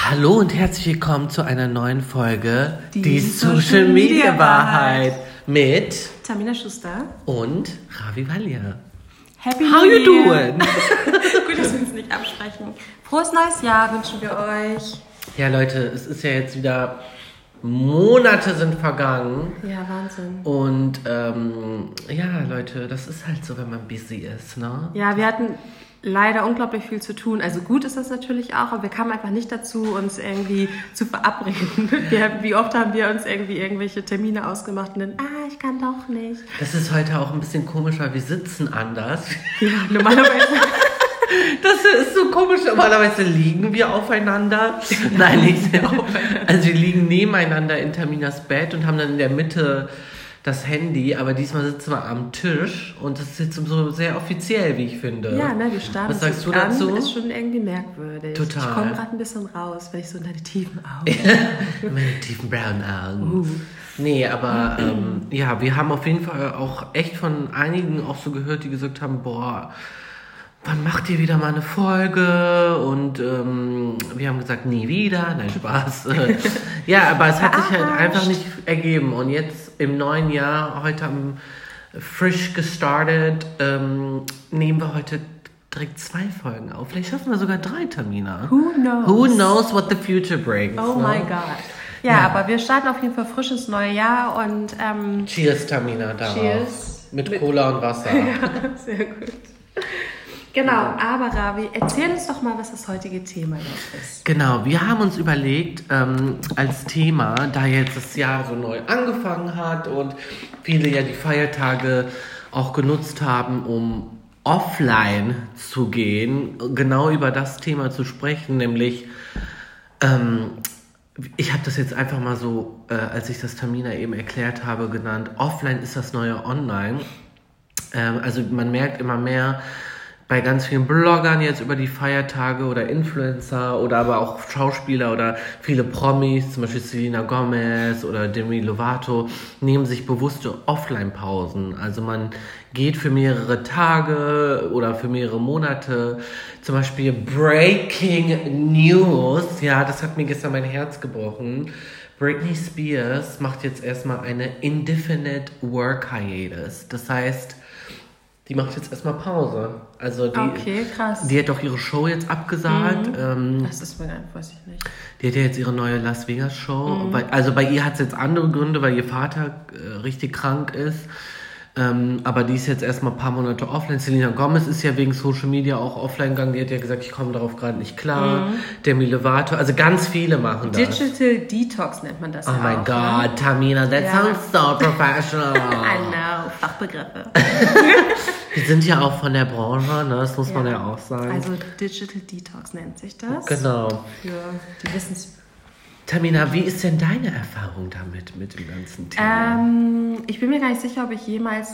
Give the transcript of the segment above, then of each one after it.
Hallo und herzlich willkommen zu einer neuen Folge Die Social Media Wahrheit mit Tamina Schuster und Ravi Valia. Happy How New you Year. doing? Gut, dass wir uns nicht absprechen. Frohes neues Jahr wünschen wir euch. Ja Leute, es ist ja jetzt wieder, Monate sind vergangen. Ja, Wahnsinn. Und ja Leute, das ist halt so, wenn man busy ist, ne? Ja, wir hatten leider unglaublich viel zu tun. Also gut ist das natürlich auch, aber wir kamen einfach nicht dazu, uns irgendwie zu verabreden. Wie oft haben wir uns irgendwie irgendwelche Termine ausgemacht und dann, ich kann doch nicht. Das ist heute auch ein bisschen komisch, weil wir sitzen anders. Ja, normalerweise... Das ist so komisch. Normalerweise liegen wir aufeinander. Nein, nicht sehr aufeinander. Also wir liegen nebeneinander in Taminas Bett und haben dann in der Mitte das Handy. Aber diesmal sitzen wir am Tisch und das ist jetzt so sehr offiziell, wie ich finde. Ja, ne, wir starten. Was sagst du dazu? Ist schon irgendwie merkwürdig. Total. Ich komme gerade ein bisschen raus, wenn ich so in deine tiefen Augen... Meine tiefen braunen Augen. Nee, aber ja, wir haben auf jeden Fall auch echt von einigen auch so gehört, die gesagt haben, boah, wann macht ihr wieder mal eine Folge? Und wir haben gesagt, nie wieder. Nein, Spaß. Ja, aber es hat sich halt einfach nicht ergeben. Und jetzt im neuen Jahr, heute am frisch gestartet, nehmen wir heute direkt 2 Folgen auf. Vielleicht schaffen wir sogar 3, Tamina. Who knows? Who knows what the future brings? Oh my God. Ja, aber wir starten auf jeden Fall frisches neue Jahr und Cheers, Tamina, darauf. Cheers. Mit Cola und Wasser. Ja, sehr gut. Genau, aber Ravi, erzähl uns doch mal, was das heutige Thema jetzt ist. Genau, wir haben uns überlegt, als Thema, da jetzt das Jahr so neu angefangen hat und viele ja die Feiertage auch genutzt haben, um offline zu gehen, genau über das Thema zu sprechen, nämlich, ich habe das jetzt einfach mal so, als ich das Tamina eben erklärt habe, genannt, offline ist das neue Online. Also man merkt immer mehr, bei ganz vielen Bloggern jetzt über die Feiertage oder Influencer oder aber auch Schauspieler oder viele Promis, zum Beispiel Selena Gomez oder Demi Lovato, nehmen sich bewusste Offline-Pausen. Also man geht für mehrere Tage oder für mehrere Monate, zum Beispiel Breaking News, ja, das hat mir gestern mein Herz gebrochen. Britney Spears macht jetzt erstmal eine Indefinite Work Hiatus. Das heißt, die macht jetzt erstmal Pause. Also Okay, krass. Die hat doch ihre Show jetzt abgesagt. Das ist mir weiß ich nicht. Die hat ja jetzt ihre neue Las Vegas Show. Also bei ihr hat es jetzt andere Gründe, weil ihr Vater richtig krank ist. Aber die ist jetzt erstmal ein paar Monate offline. Selena Gomez ist ja wegen Social Media auch offline gegangen. Die hat ja gesagt, ich komme darauf gerade nicht klar. Demi Lovato, also ganz viele machen das. Digital Detox nennt man das Oh mein Gott, ne? Tamina, that sounds so professional. I know, Fachbegriffe. Wir sind ja auch von der Branche, ne? Das muss man ja auch sagen. Also Digital Detox nennt sich das. Genau. Für die Wissens... Tamina, wie ist denn deine Erfahrung damit, mit dem ganzen Thema? Ich bin mir gar nicht sicher, ob ich jemals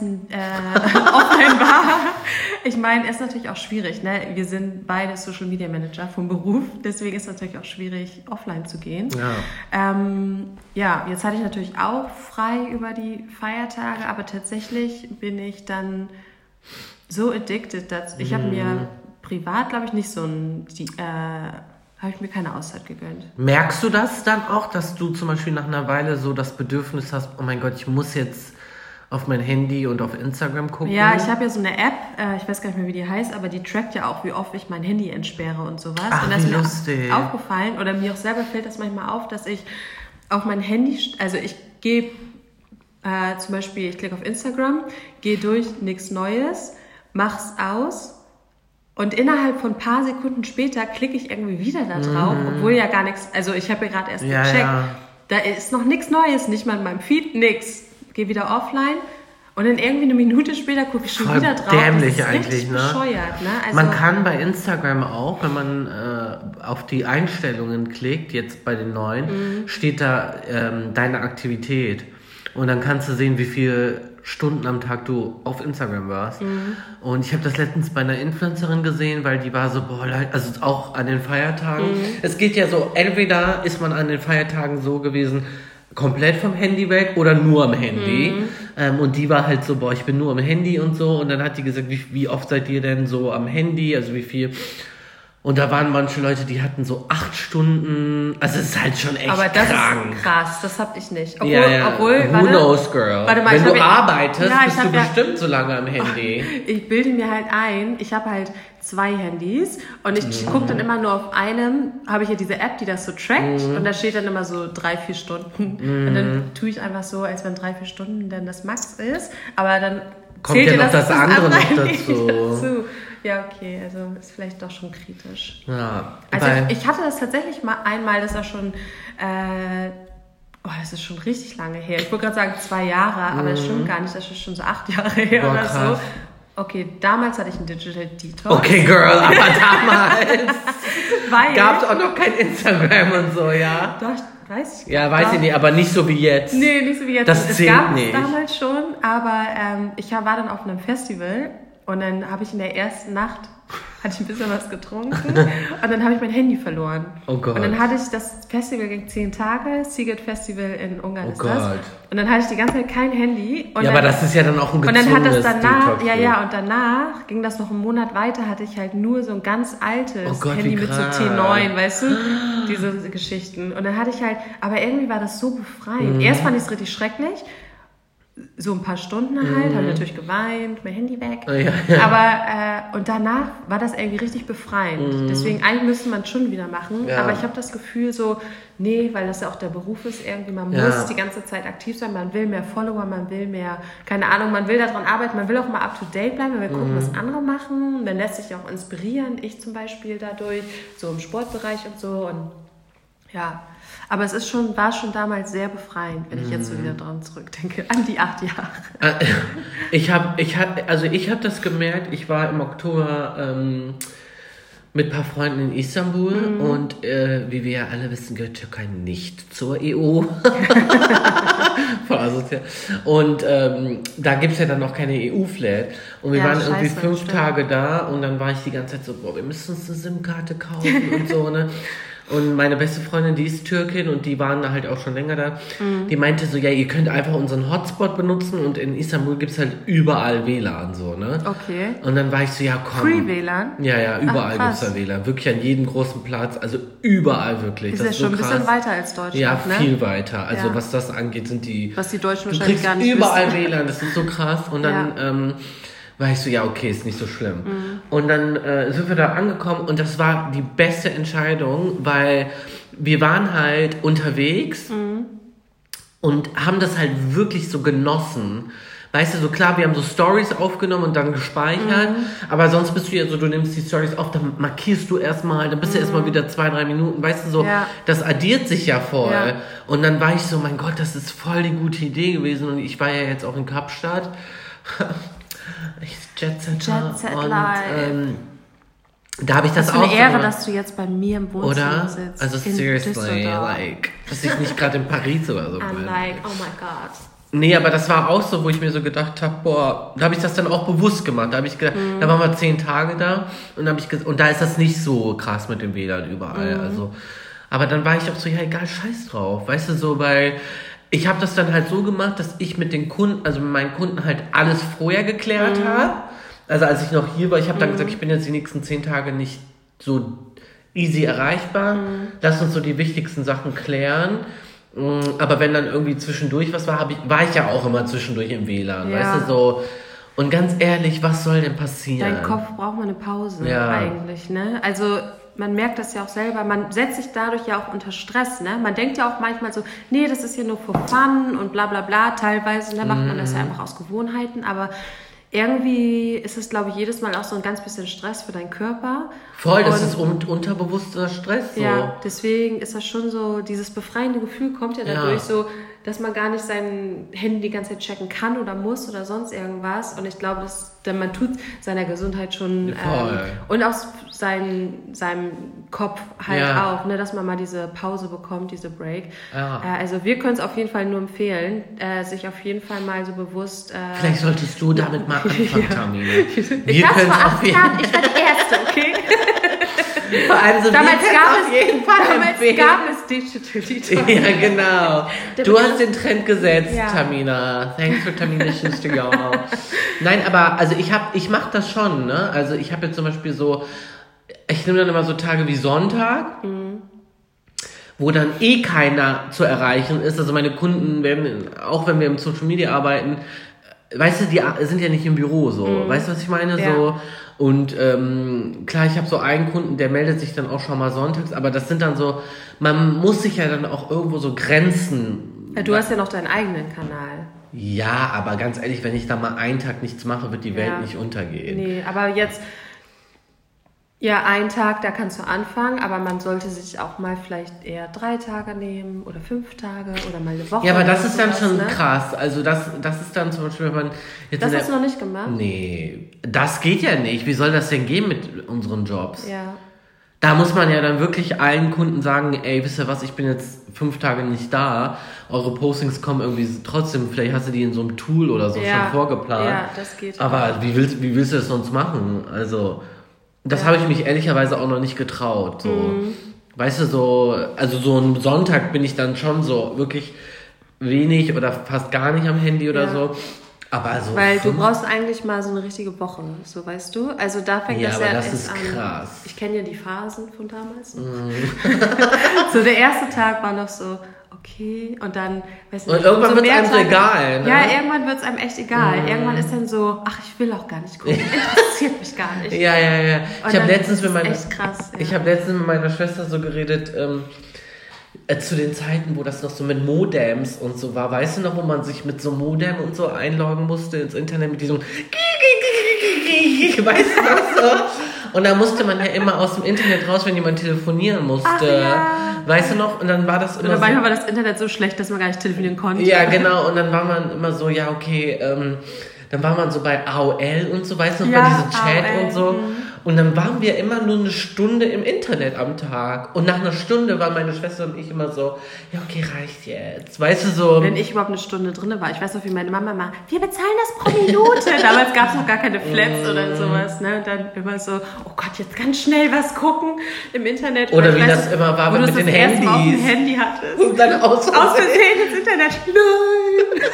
offline war. Ich meine, es ist natürlich auch schwierig, ne? Wir sind beide Social Media Manager vom Beruf, deswegen ist es natürlich auch schwierig, offline zu gehen. Ja. Ja, jetzt hatte ich natürlich auch frei über die Feiertage, aber tatsächlich bin ich dann so addicted, dass ich habe mir privat, glaube ich, nicht so habe ich mir keine Auszeit gegönnt. Merkst du das dann auch, dass du zum Beispiel nach einer Weile so das Bedürfnis hast, oh mein Gott, ich muss jetzt auf mein Handy und auf Instagram gucken? Ja, ich habe ja so eine App, ich weiß gar nicht mehr, wie die heißt, aber die trackt ja auch, wie oft ich mein Handy entsperre und sowas. Ach, und das wie ist mir lustig. aufgefallen, oder mir auch selber fällt das manchmal auf, dass ich auf mein Handy, also ich gehe zum Beispiel, ich klicke auf Instagram, gehe durch, nichts Neues, mach's aus. Und innerhalb von ein paar Sekunden später klicke ich irgendwie wieder da drauf, obwohl ja gar nichts, also ich habe ja gerade erst gecheckt, da ist noch nichts Neues, nicht mal in meinem Feed, nix. Gehe wieder offline und dann irgendwie eine Minute später gucke ich schon voll wieder drauf. Dämlich das ist eigentlich, ne? Bescheuert, ne? Also, man kann bei Instagram auch, wenn man auf die Einstellungen klickt, jetzt bei den neuen, steht da deine Aktivität. Und dann kannst du sehen, wie viele Stunden am Tag du auf Instagram warst. Und ich habe das letztens bei einer Influencerin gesehen, weil die war so, also auch an den Feiertagen. Es geht ja so, entweder ist man an den Feiertagen so gewesen, komplett vom Handy weg oder nur am Handy. Und die war halt so, ich bin nur am Handy und so. Und dann hat die gesagt, wie oft seid ihr denn so am Handy? Also wie viel? Und da waren manche Leute, die hatten so 8 Stunden. Also es ist halt schon echt Aber das krank. ist krass, das hab ich nicht. Obwohl, Who knows, girl? Warte mal, wenn du arbeitest, bist du ja, bestimmt so lange am Handy. Ich bilde mir halt ein, ich habe halt 2 Handys und ich gucke dann immer nur auf einem, habe ich hier diese App, die das so trackt und da steht dann immer so 3-4 Stunden. Und dann tue ich einfach so, als wenn 3-4 Stunden dann das Max ist. Aber dann kommt ja noch das andere noch dazu. Ja, okay, also ist vielleicht doch schon kritisch. Ja, also ich hatte das tatsächlich mal einmal, das war schon, das ist schon richtig lange her. Ich wollte gerade sagen 2 Jahre, aber das stimmt gar nicht, das ist schon so 8 Jahre her oder krass. so. Okay, damals hatte ich einen Digital Detox. Okay, Girl, aber damals gab es auch noch kein Instagram und so, ja? Doch, weiß ich. Ja, weiß ich nicht, aber nicht so wie jetzt. Nee, nicht so wie jetzt. Das zählt nicht. Es gab es damals schon, aber ich war dann auf einem Festival und dann habe ich in der ersten Nacht hatte ich ein bisschen was getrunken und dann habe ich mein Handy verloren. Oh Gott. Und dann hatte ich, das Festival ging 10 Tage, Seagate Festival in Ungarn ist Gott. das. Und dann hatte ich die ganze Zeit kein Handy. Und ja, dann, aber das ist ja dann auch ein gezwungenes Und dann hat das danach, Detox. und danach ging das noch einen Monat weiter, hatte ich halt nur so ein ganz altes Gott, Handy mit so T9, weißt du, diese Geschichten. Und dann hatte ich halt, aber irgendwie war das so befreiend. Erst fand ich es richtig schrecklich, so ein paar Stunden halt, habe natürlich geweint, mein Handy weg. Ja. Aber, und danach war das irgendwie richtig befreiend. Deswegen, eigentlich müsste man es schon wieder machen. Ja. Aber ich habe das Gefühl so, nee, weil das ja auch der Beruf ist, irgendwie, man muss die ganze Zeit aktiv sein, man will mehr Follower, man will mehr, keine Ahnung, man will daran arbeiten, man will auch mal up to date bleiben, man will gucken, was andere machen. Dann lässt sich auch inspirieren, ich zum Beispiel dadurch, so im Sportbereich und so. Und ja, aber es ist war schon damals sehr befreiend, wenn ich jetzt so wieder dran zurückdenke, an die 8 Jahre. Ich hab das gemerkt, ich war im Oktober mit ein paar Freunden in Istanbul und wie wir ja alle wissen, gehört Türkei nicht zur EU. Voll asozial. Und da gibt es ja dann noch keine EU-Flat. Und wir waren irgendwie 5 Tage da und dann war ich die ganze Zeit so, boah, wir müssen uns eine SIM-Karte kaufen und so, ne? Und meine beste Freundin, die ist Türkin und die waren halt auch schon länger da, die meinte so, ja, ihr könnt einfach unseren Hotspot benutzen und in Istanbul gibt es halt überall WLAN, so, ne? Okay. Und dann war ich so, ja, komm. Free WLAN? Ja, überall gibt es da WLAN. Wirklich an jedem großen Platz, also überall wirklich. Ist ja schon ein bisschen weiter als Deutschland, ja, ne? viel weiter. Also was das angeht, sind die... Was die Deutschen du wahrscheinlich kriegst gar nicht überall wissen. WLAN, das ist so krass. Und dann... war ich so, ja, okay, ist nicht so schlimm. Und dann sind wir da angekommen und das war die beste Entscheidung, weil wir waren halt unterwegs und haben das halt wirklich so genossen. Weißt du, so klar, wir haben so Stories aufgenommen und dann gespeichert, aber sonst bist du ja so, du nimmst die Stories auf, dann markierst du erstmal, dann bist du erstmal wieder 2-3 Minuten, weißt du, so, das addiert sich ja voll. Ja. Und dann war ich so, mein Gott, das ist voll die gute Idee gewesen und ich war ja jetzt auch in Kapstadt. Jet Set und da habe ich das auch so eine Ehre, dass du jetzt bei mir im Wohnzimmer sitzt. Also seriously, like, dass ich nicht gerade in Paris oder so bin. I'm like, oh my God. Nee, aber das war auch so, wo ich mir so gedacht habe, boah, da habe ich das dann auch bewusst gemacht. Da habe ich gedacht, da waren wir 10 Tage da und und da ist das nicht so krass mit dem WLAN überall. Also, aber dann war ich auch so, ja egal, scheiß drauf, weißt du, so, weil ich habe das dann halt so gemacht, dass ich mit den Kunden, also mit meinen Kunden halt alles vorher geklärt habe. Also als ich noch hier war, ich habe dann gesagt, ich bin jetzt die nächsten 10 Tage nicht so easy erreichbar. Lass uns so die wichtigsten Sachen klären. Aber wenn dann irgendwie zwischendurch was war, war ich ja auch immer zwischendurch im WLAN, weißt du, so. Und ganz ehrlich, was soll denn passieren? Dein Kopf braucht mal eine Pause eigentlich, ne? Also man merkt das ja auch selber, man setzt sich dadurch ja auch unter Stress, ne? Man denkt ja auch manchmal so, nee, das ist hier nur for fun und bla bla bla, teilweise, ne, macht man das ja einfach aus Gewohnheiten, aber irgendwie ist es, glaube ich, jedes Mal auch so ein ganz bisschen Stress für deinen Körper. Voll, das ist unterbewusster Stress. So. Ja, deswegen ist das schon so, dieses befreiende Gefühl kommt ja dadurch so, dass man gar nicht sein Handy die ganze Zeit checken kann oder muss oder sonst irgendwas. Und ich glaube, denn man tut seiner Gesundheit schon und auch seinem Kopf halt auch, ne, dass man mal diese Pause bekommt, diese Break. Ja. Also wir können es auf jeden Fall nur empfehlen, sich auf jeden Fall mal so bewusst... Vielleicht solltest du damit mal anfangen, Tamine. Ich war vor 8 Jahren, ich war die Erste, okay? Also damals gab es Digital Detox. Ja, genau. Du hast den Trend gesetzt, Tamina. Thanks for Tamina Schuster, y'all. Nein, aber also ich mache das schon, ne? Also ich habe jetzt zum Beispiel so, ich nehme dann immer so Tage wie Sonntag, wo dann keiner zu erreichen ist. Also meine Kunden werden, auch wenn wir im Social Media arbeiten, weißt du, die sind ja nicht im Büro so. Weißt du, was ich meine? Ja. So. Und klar, ich habe so einen Kunden, der meldet sich dann auch schon mal sonntags, aber das sind dann so, man muss sich ja dann auch irgendwo so Grenzen. Ja, du hast ja noch deinen eigenen Kanal. Ja, aber ganz ehrlich, wenn ich da mal einen Tag nichts mache, wird die Welt nicht untergehen. Nee, aber jetzt, ja, einen Tag, da kannst du anfangen, aber man sollte sich auch mal vielleicht eher 3 Tage nehmen oder 5 Tage oder mal eine Woche. Ja, aber das oder ist dann sowas, schon ne? krass. Also das ist dann zum Beispiel, wenn man jetzt Das hast du noch nicht gemacht? Nee, das geht ja nicht. Wie soll das denn gehen mit unseren Jobs? Ja. Da muss man ja dann wirklich allen Kunden sagen, ey, wisst ihr was, ich bin jetzt 5 Tage nicht da. Eure Postings kommen irgendwie trotzdem, vielleicht hast du die in so einem Tool oder so schon vorgeplant. Ja, das geht. Aber wie willst du das sonst machen? Also, das habe ich mich ehrlicherweise auch noch nicht getraut. So. Weißt du, so, also so ein Sonntag bin ich dann schon so wirklich wenig oder fast gar nicht am Handy oder so. Aber so. Weil du brauchst eigentlich mal so eine richtige Woche, so weißt du. Also da fängt das aber ja das erst ist an. krass. Ich kenne ja die Phasen von damals. So der erste Tag war noch so, okay, und dann, weiß nicht. Und irgendwann so wird es mehr einem so Tage- egal, ne? Ja, irgendwann wird es einem echt egal. Irgendwann ist dann so, ach, ich will auch gar nicht gucken, interessiert mich gar nicht. Ja. Und Ich habe dann letztens ist mit es meiner, echt krass. Ja. ich habe letztens mit meiner Schwester so geredet, zu den Zeiten, wo das noch so mit Modems und so war. Weißt du noch, wo man sich mit so Modem und so einloggen musste ins Internet mit diesem weißt du das so? Und da musste man ja immer aus dem Internet raus, wenn jemand telefonieren musste. Ach, ja. Weißt du noch? Und dann war das immer Oder so, manchmal war das Internet so schlecht, dass man gar nicht telefonieren konnte. ja, genau. Und dann war man immer so, ja, okay, dann war man so bei AOL und so, weißt du noch, Ja, bei diesem Chat AOL, und so. Und dann waren wir immer nur eine Stunde im Internet am Tag. Und nach einer Stunde waren meine Schwester und ich immer so, ja, okay, reicht jetzt. Weißt du, so. Wenn ich überhaupt eine Stunde drin war. Ich weiß noch, wie meine Mama mal, wir bezahlen das pro Minute. Damals gab es noch gar keine Flats oder sowas. Ne? Und dann immer so, oh Gott, jetzt ganz schnell was gucken im Internet. Oder ich wie weiß das noch, immer war wo du mit den das erste Mal auf dem Handys. Handy hattest. Und dann aus Aus Versehen ins Internet. Nein!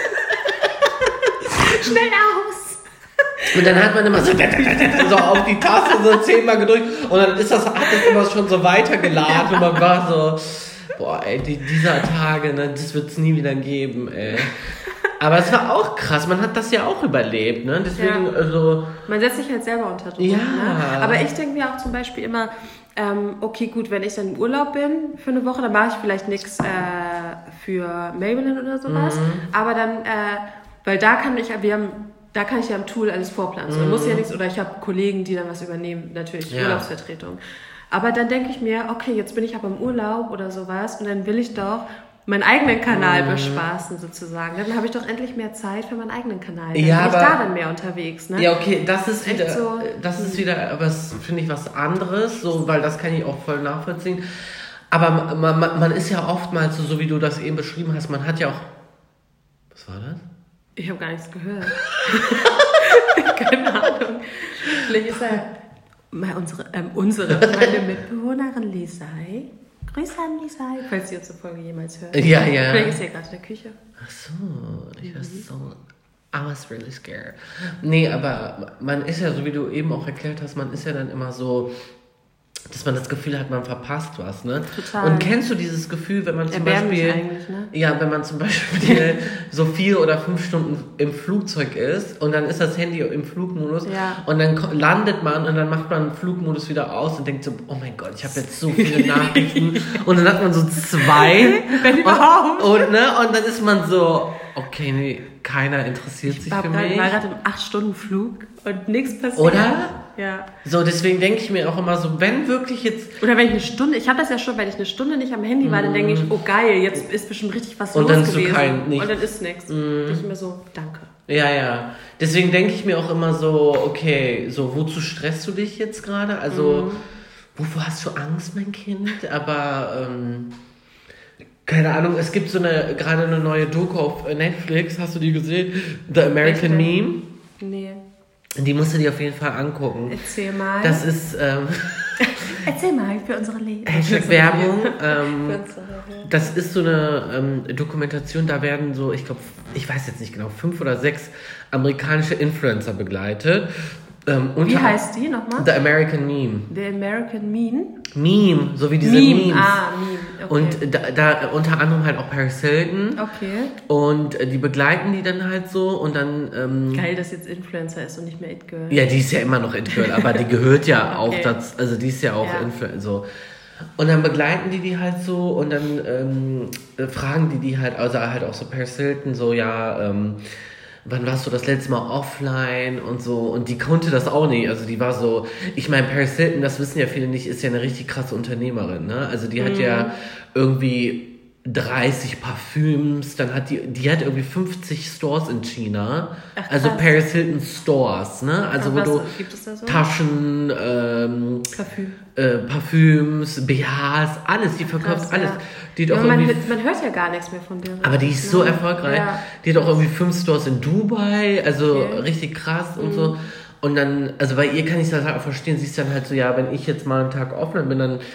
Schnell aus! Und dann hat man immer so, so auf die Taste so 10-mal gedrückt und dann hat das immer schon so weitergeladen und man war so, boah, ey, dieser Tage, ne, das wird es nie wieder geben, ey. Aber es war auch krass, man hat das ja auch überlebt, ne, deswegen, also. Man setzt sich halt selber unter Druck. Ja. Ne? Aber ich denke mir auch zum Beispiel immer, okay, gut, wenn ich dann im Urlaub bin für eine Woche, dann mache ich vielleicht nichts für Maybelline oder sowas. Aber dann, weil da kann ich ja im Tool alles vorplanen. So, muss ja nichts, oder ich habe Kollegen, die dann was übernehmen, natürlich Urlaubsvertretung. Aber dann denke ich mir, okay, jetzt bin ich aber im Urlaub oder sowas und dann will ich doch meinen eigenen Kanal bespaßen sozusagen. Dann habe ich doch endlich mehr Zeit für meinen eigenen Kanal. Dann bin ich da dann mehr unterwegs. Ne? Ja, okay, das ist echt wieder, so, aber das finde ich was anderes, so, weil das kann ich auch voll nachvollziehen. Aber man ist ja oftmals so, wie du das eben beschrieben hast, man hat ja auch, was war das? Ich habe gar nichts gehört. Keine Ahnung. Vielleicht ist mal meine Mitbewohnerin Lisei. Grüße an Lisei, falls sie unsere Folge jemals hört. Ja. Vielleicht ist sie ja gerade in der Küche. Ach so, ich war so, I was really scared. Nee, aber man ist ja, so wie du eben auch erklärt hast, man ist ja dann immer so, dass man das Gefühl hat, man verpasst was, ne? Total. Und kennst du dieses Gefühl, wenn man zum Erbärmlich Beispiel, eigentlich, ne? ja, wenn man zum Beispiel so 4 oder 5 Stunden im Flugzeug ist und dann ist das Handy im Flugmodus und dann landet man und dann macht man den Flugmodus wieder aus und denkt so, oh mein Gott, ich habe jetzt so viele Nachrichten und dann hat man so 2 Wenn überhaupt. und dann ist man so, okay, nee, keiner interessiert sich für mich. Ich war gerade im 8-Stunden-Flug und nichts passiert. Oder? Ja. So, deswegen denke ich mir auch immer so, wenn wirklich jetzt... Oder wenn ich eine Stunde, ich habe das ja schon, wenn ich eine Stunde nicht am Handy war, dann denke ich, oh geil, jetzt ist bestimmt richtig was Und los dann ist so gewesen. nichts. Und dann ist nichts. Denke ich mir so, danke. Ja. Deswegen denke ich mir auch immer so, okay, so, wozu stresst du dich jetzt gerade? Also, wovor hast du Angst, mein Kind? Aber, keine Ahnung, es gibt so gerade eine neue Doku auf Netflix, hast du die gesehen? The American Meme? Nee. Die musst du dir auf jeden Fall angucken. Erzähl mal. Das ist, Erzähl mal für unsere Leben. Hashtag Werbung. Das ist so eine Dokumentation, da werden so, ich glaube, ich weiß jetzt nicht genau, 5 oder 6 amerikanische Influencer begleitet. Wie heißt die nochmal? The American Meme. The American Meme? Meme, so wie diese Memes. Meme, okay. Und da unter anderem halt auch Paris Hilton. Okay. Und die begleiten die dann halt so und dann... Geil, dass jetzt Influencer ist und nicht mehr It Girl. Ja, die ist ja immer noch It Girl, aber die gehört ja okay. auch dazu, also die ist ja auch Influencer, so. Und dann begleiten die halt so und dann fragen die halt, also halt auch so Paris Hilton, so, ja, wann warst du das letzte Mal offline und so, und die konnte das auch nicht, also die war so, ich meine, Paris Hilton, das wissen ja viele nicht, ist ja eine richtig krasse Unternehmerin, ne, also die hat ja irgendwie 30 Parfüms, dann hat die hat irgendwie 50 Stores in China. Ach, also Paris Hilton Stores, ne? Also wo du gibt es da so? Taschen, Parfüms, BHs, alles, die verkauft alles. Die hat auch man hört ja gar nichts mehr von der. Aber die ist so erfolgreich. Ja. Die hat auch irgendwie 5 Stores in Dubai, also richtig krass und so. Und dann, also bei ihr kann ich das halt auch verstehen, sie ist dann halt so, ja, wenn ich jetzt mal einen Tag offline bin, dann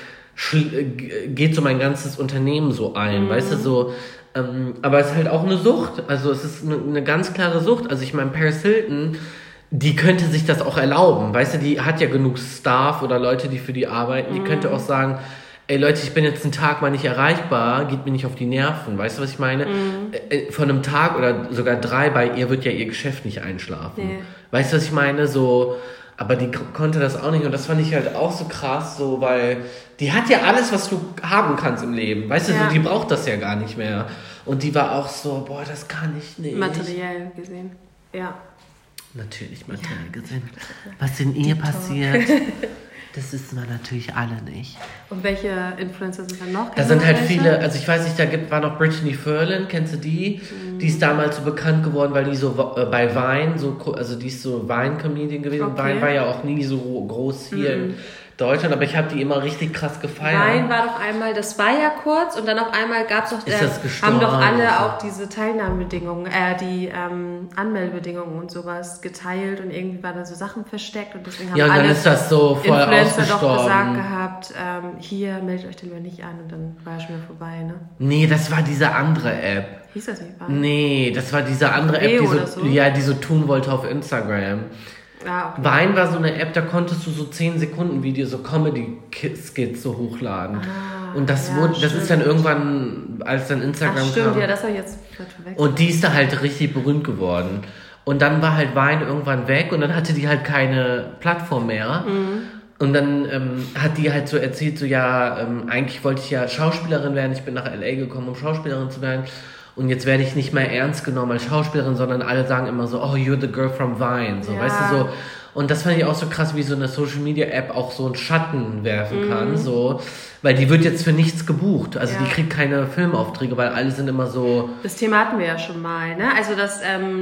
geht so mein ganzes Unternehmen so ein, weißt du, so, aber es ist halt auch eine Sucht, also es ist eine ganz klare Sucht, also ich meine, Paris Hilton, die könnte sich das auch erlauben, weißt du, die hat ja genug Staff oder Leute, die für die arbeiten, die könnte auch sagen, ey Leute, ich bin jetzt einen Tag mal nicht erreichbar, geht mir nicht auf die Nerven, weißt du, was ich meine? Von einem Tag oder sogar 3 bei ihr wird ja ihr Geschäft nicht einschlafen, weißt du, was ich meine, so. Aber die konnte das auch nicht und das fand ich halt auch so krass, so, weil die hat ja alles, was du haben kannst im Leben, weißt du, so, die braucht das ja gar nicht mehr. Und die war auch so, boah, das kann ich nicht. Materiell gesehen, ja. Natürlich materiell gesehen. Was in ihr passiert, das wissen wir natürlich alle nicht. Und welche Influencer sind dann noch? Da sind halt viele, also ich weiß nicht, war noch Brittany Ferland, kennst du die? Die ist damals so bekannt geworden, weil die so bei Vine, also die ist so Vine-Comedian gewesen. Okay. Vine war ja auch nie so groß hier in Deutschland, aber ich habe die immer richtig krass gefeiert. Vine war doch einmal, das war ja kurz und dann auf einmal gab es doch, haben doch alle auch diese Teilnahmebedingungen, die Anmeldebedingungen und sowas geteilt und irgendwie waren da so Sachen versteckt und deswegen haben und alle dann ist das so voll Influencer doch gesagt gehabt, hier, meldet euch den mal nicht an und dann war es schon wieder vorbei, ne? Nee, das war diese andere App. Hieß das nicht Vine? Nee, das war diese andere App, die so tun wollte auf Instagram. Ah, okay. Vine war so eine App, da konntest du so 10 Sekunden Videos, so Comedy-Skits so hochladen. Und das ist dann irgendwann, als dann Instagram kam. Stimmt, ja, das habe ich jetzt verwechselt. Und die ist da halt richtig berühmt geworden. Und dann war halt Vine irgendwann weg und dann hatte die halt keine Plattform mehr. Und dann hat die halt so erzählt, so ja, eigentlich wollte ich ja Schauspielerin werden, ich bin nach LA gekommen, um Schauspielerin zu werden. Und jetzt werde ich nicht mehr ernst genommen als Schauspielerin, sondern alle sagen immer so, oh, you're the girl from Vine, so, weißt du, so. Und das fand ich auch so krass, wie so eine Social-Media-App auch so einen Schatten werfen kann, so. Weil die wird jetzt für nichts gebucht, also die kriegt keine Filmaufträge, weil alle sind immer so... Das Thema hatten wir ja schon mal, ne? Also das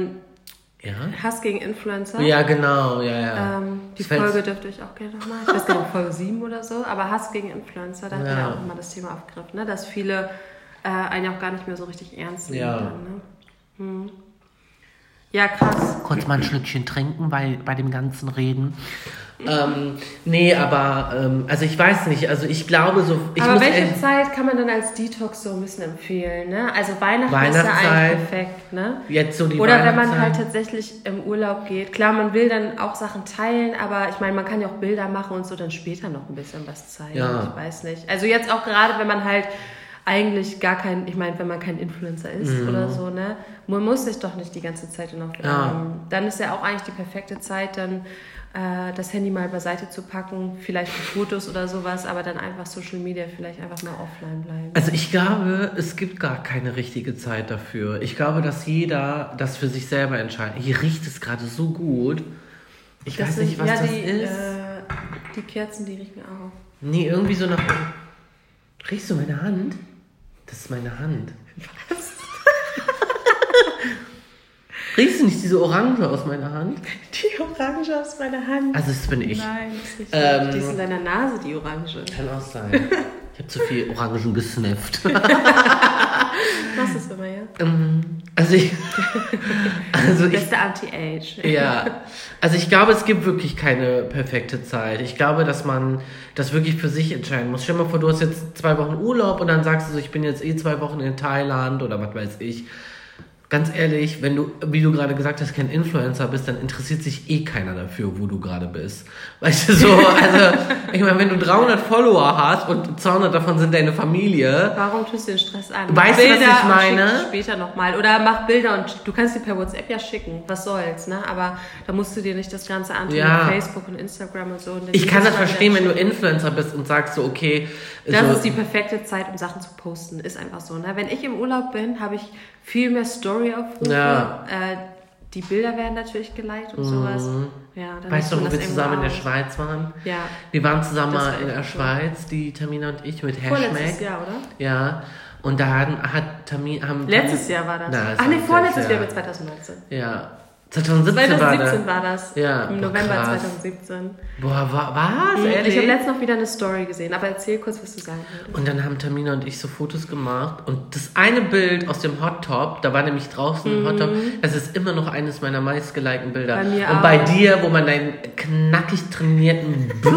Hass gegen Influencer. Ja, genau, ja. Die Folge dürft ihr euch auch gerne nochmal, ich weiß gar nicht, Folge 7 oder so, aber Hass gegen Influencer, da hatten wir auch immer das Thema aufgegriffen, ne? Dass viele... einen auch gar nicht mehr so richtig ernst nehmen kann, ne? Ja, krass. Kurz mal ein Schlückchen trinken bei dem ganzen Reden. Nee, aber also ich weiß nicht, also ich glaube so... Aber welche Zeit kann man dann als Detox so ein bisschen empfehlen, ne? Also Weihnachten ist ja eigentlich perfekt, ne? Jetzt so die Oder wenn man halt tatsächlich im Urlaub geht. Klar, man will dann auch Sachen teilen, aber ich meine, man kann ja auch Bilder machen und so dann später noch ein bisschen was zeigen. Ja. Ich weiß nicht. Also jetzt auch gerade, wenn man halt eigentlich gar kein, ich meine, wenn man kein Influencer ist oder so, ne? Man muss sich doch nicht die ganze Zeit noch... dann ist ja auch eigentlich die perfekte Zeit, dann das Handy mal beiseite zu packen, vielleicht für Fotos oder sowas, aber dann einfach Social Media vielleicht einfach mal offline bleiben. Also ich glaube, es gibt gar keine richtige Zeit dafür. Ich glaube, dass jeder das für sich selber entscheidet. Hier riecht es gerade so gut. Ich weiß nicht, was das ist. Die Kerzen, die riechen auch. Nee, irgendwie so nach... Riechst du meine Hand? Das ist meine Hand. Was? Riechst du nicht diese Orange aus meiner Hand? Die Orange aus meiner Hand? Also das bin ich. Nein, das ist nicht. Die ist in deiner Nase, die Orange. Kann auch sein. Ich habe zu viel Orangen gesnifft. Machst du es immer, ja? Also beste Anti-Age. Ja. Also ich glaube, es gibt wirklich keine perfekte Zeit. Ich glaube, dass man das wirklich für sich entscheiden muss. Stell dir mal vor, du hast jetzt 2 Wochen Urlaub und dann sagst du so, ich bin jetzt 2 Wochen in Thailand oder was weiß ich. ganz ehrlich, wenn du, wie du gerade gesagt hast, kein Influencer bist, dann interessiert sich eh keiner dafür, wo du gerade bist. Weißt du, so, also, ich meine, wenn du 300 Follower hast und 200 davon sind deine Familie. Warum tust du den Stress an? Weißt du, was ich meine? Später nochmal. Oder mach Bilder und du kannst die per WhatsApp ja schicken. Was soll's, ne? Aber da musst du dir nicht das Ganze antun mit Facebook und Instagram und so. Und ich kann das verstehen, wenn du Influencer bist und sagst so, okay. Das ist die perfekte Zeit, um Sachen zu posten. Ist einfach so, ne? Wenn ich im Urlaub bin, habe ich viel mehr Story-Aufrufe. Ja. Die Bilder werden natürlich geliked und sowas. Ja, dann weißt du, wo wir zusammen in der Schweiz waren? Ja. Wir waren zusammen mal in der Schweiz, die Tamina und ich, mit Hashmack. Vorletztes Jahr, oder? Ja. Und da hat Tamina... Letztes Jahr war das. Vorletztes Jahr mit 2019. Ja. 2017 war das. Ja. Im November 2017. Boah, was? Ehrlich? Ich habe letztens noch wieder eine Story gesehen, aber erzähl kurz, was du sagen würdest. Und dann haben Tamina und ich so Fotos gemacht und das eine Bild aus dem Hot Top, da war nämlich draußen ein Hot Top, das ist immer noch eines meiner meistgelikten Bilder. Bei mir und auch. Bei dir, wo man deinen knackig trainierten Booty...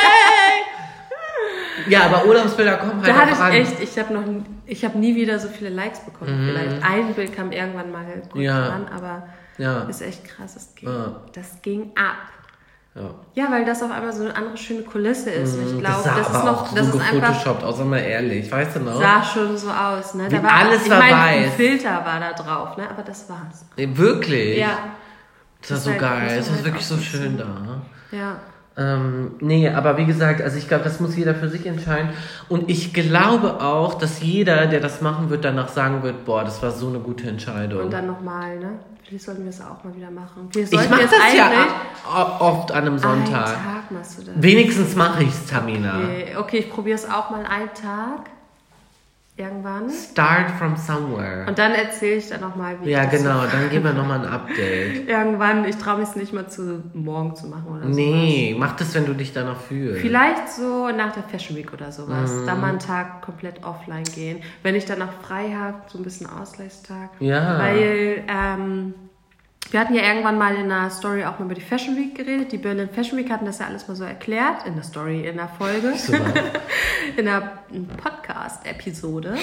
Ja, aber Urlaubsbilder kommen halt da hatte auch ich an. ich habe nie wieder so viele Likes bekommen. Vielleicht ein Bild kam irgendwann mal gut an, aber ist echt krass. Das ging ab. Ja, weil das auf einmal so eine andere schöne Kulisse ist. Und ich glaube, das ist noch, das so ist einfach. Gefotoshoppt, auch sag mal ehrlich, weißt du noch? Sah schon so aus, ne? Da war alles war weiß. Ein Filter war da drauf, ne? Aber das war's. Wirklich? Ja. Das war so halt, geil. Es war wirklich so schön da. Ja. Nee, aber wie gesagt, also ich glaube, das muss jeder für sich entscheiden. Und ich glaube auch, dass jeder, der das machen wird, danach sagen wird, boah, das war so eine gute Entscheidung. Und dann nochmal, ne? Vielleicht sollten wir es auch mal wieder machen. Ich mache das ja oft an einem Sonntag. Einen Tag machst du das. Wenigstens mache ich es, Tamina. Okay, ich probiere es auch mal einen Tag. Irgendwann. Start from somewhere. Und dann erzähle ich dann nochmal, wie ja, genau, dann geben wir nochmal ein Update. Irgendwann, ich traue mich es nicht mal morgen zu machen oder so. Nee, mach das, wenn du dich danach fühlst. Vielleicht so nach der Fashion Week oder sowas. Da mal einen Tag komplett offline gehen. Wenn ich danach frei habe, so ein bisschen Ausgleichstag. Ja. Weil, wir hatten ja irgendwann mal in einer Story auch mal über die Fashion Week geredet. Die Berlin Fashion Week hatten das ja alles mal so erklärt. In der Story, in der Folge. In einer Podcast-Episode.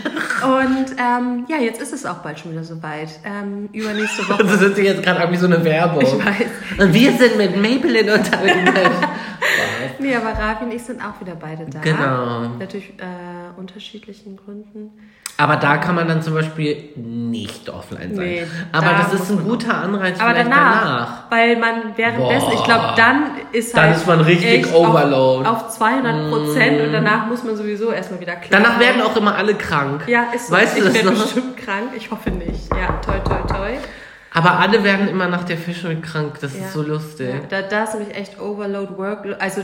Und ja, jetzt ist es auch bald schon wieder soweit. Übernächste Woche. Das ist jetzt gerade irgendwie so eine Werbung. Ich weiß. Und wir sind mit Maybelline unterwegs. Nee, aber Ravi und ich sind auch wieder beide da. Genau. Natürlich unterschiedlichen Gründen. Aber da kann man dann zum Beispiel nicht offline sein. Nee, aber das ist ein guter Anreiz aber vielleicht danach. Weil man währenddessen, ich glaube, dann ist halt... Dann ist man richtig overload. Auf 200% und danach muss man sowieso erstmal wieder klar. Danach werden auch immer alle krank. Ja, ist so. Weißt du das noch? Ich werde bestimmt krank, ich hoffe nicht. Ja, toi, toi, toi. Aber alle werden immer nach der Fashion Week krank, das ist so lustig. Ja, da ist nämlich echt Overload Work, also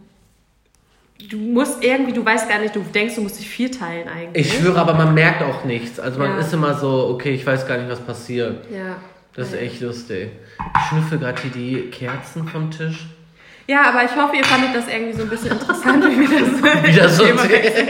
du musst irgendwie, du weißt gar nicht, du denkst, du musst dich vierteilen eigentlich. Ich schwöre, aber man merkt auch nichts. Also man ist immer so, okay, ich weiß gar nicht, was passiert. Ja. Das ist echt lustig. Ich schnüffel gerade hier die Kerzen vom Tisch. Ja, aber ich hoffe, ihr fandet das irgendwie so ein bisschen interessant, wie wir das Thema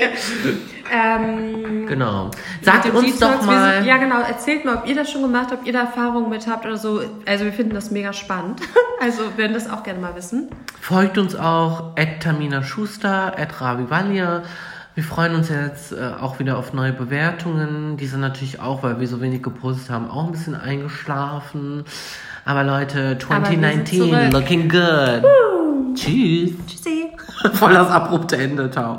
wechseln. Genau. Sagt uns doch mal... Ja, genau. Erzählt mal, ob ihr das schon gemacht habt, ob ihr da Erfahrungen mit habt oder so. Also wir finden das mega spannend. Also wir würden das auch gerne mal wissen. Folgt uns auch @TaminaSchuster, @Ravivalia. Wir freuen uns jetzt auch wieder auf neue Bewertungen. Die sind natürlich auch, weil wir so wenig gepostet haben, auch ein bisschen eingeschlafen. Aber Leute, 2019 looking good. Tschüss. Tschüssi. Voll das abrupte Ende. Ciao.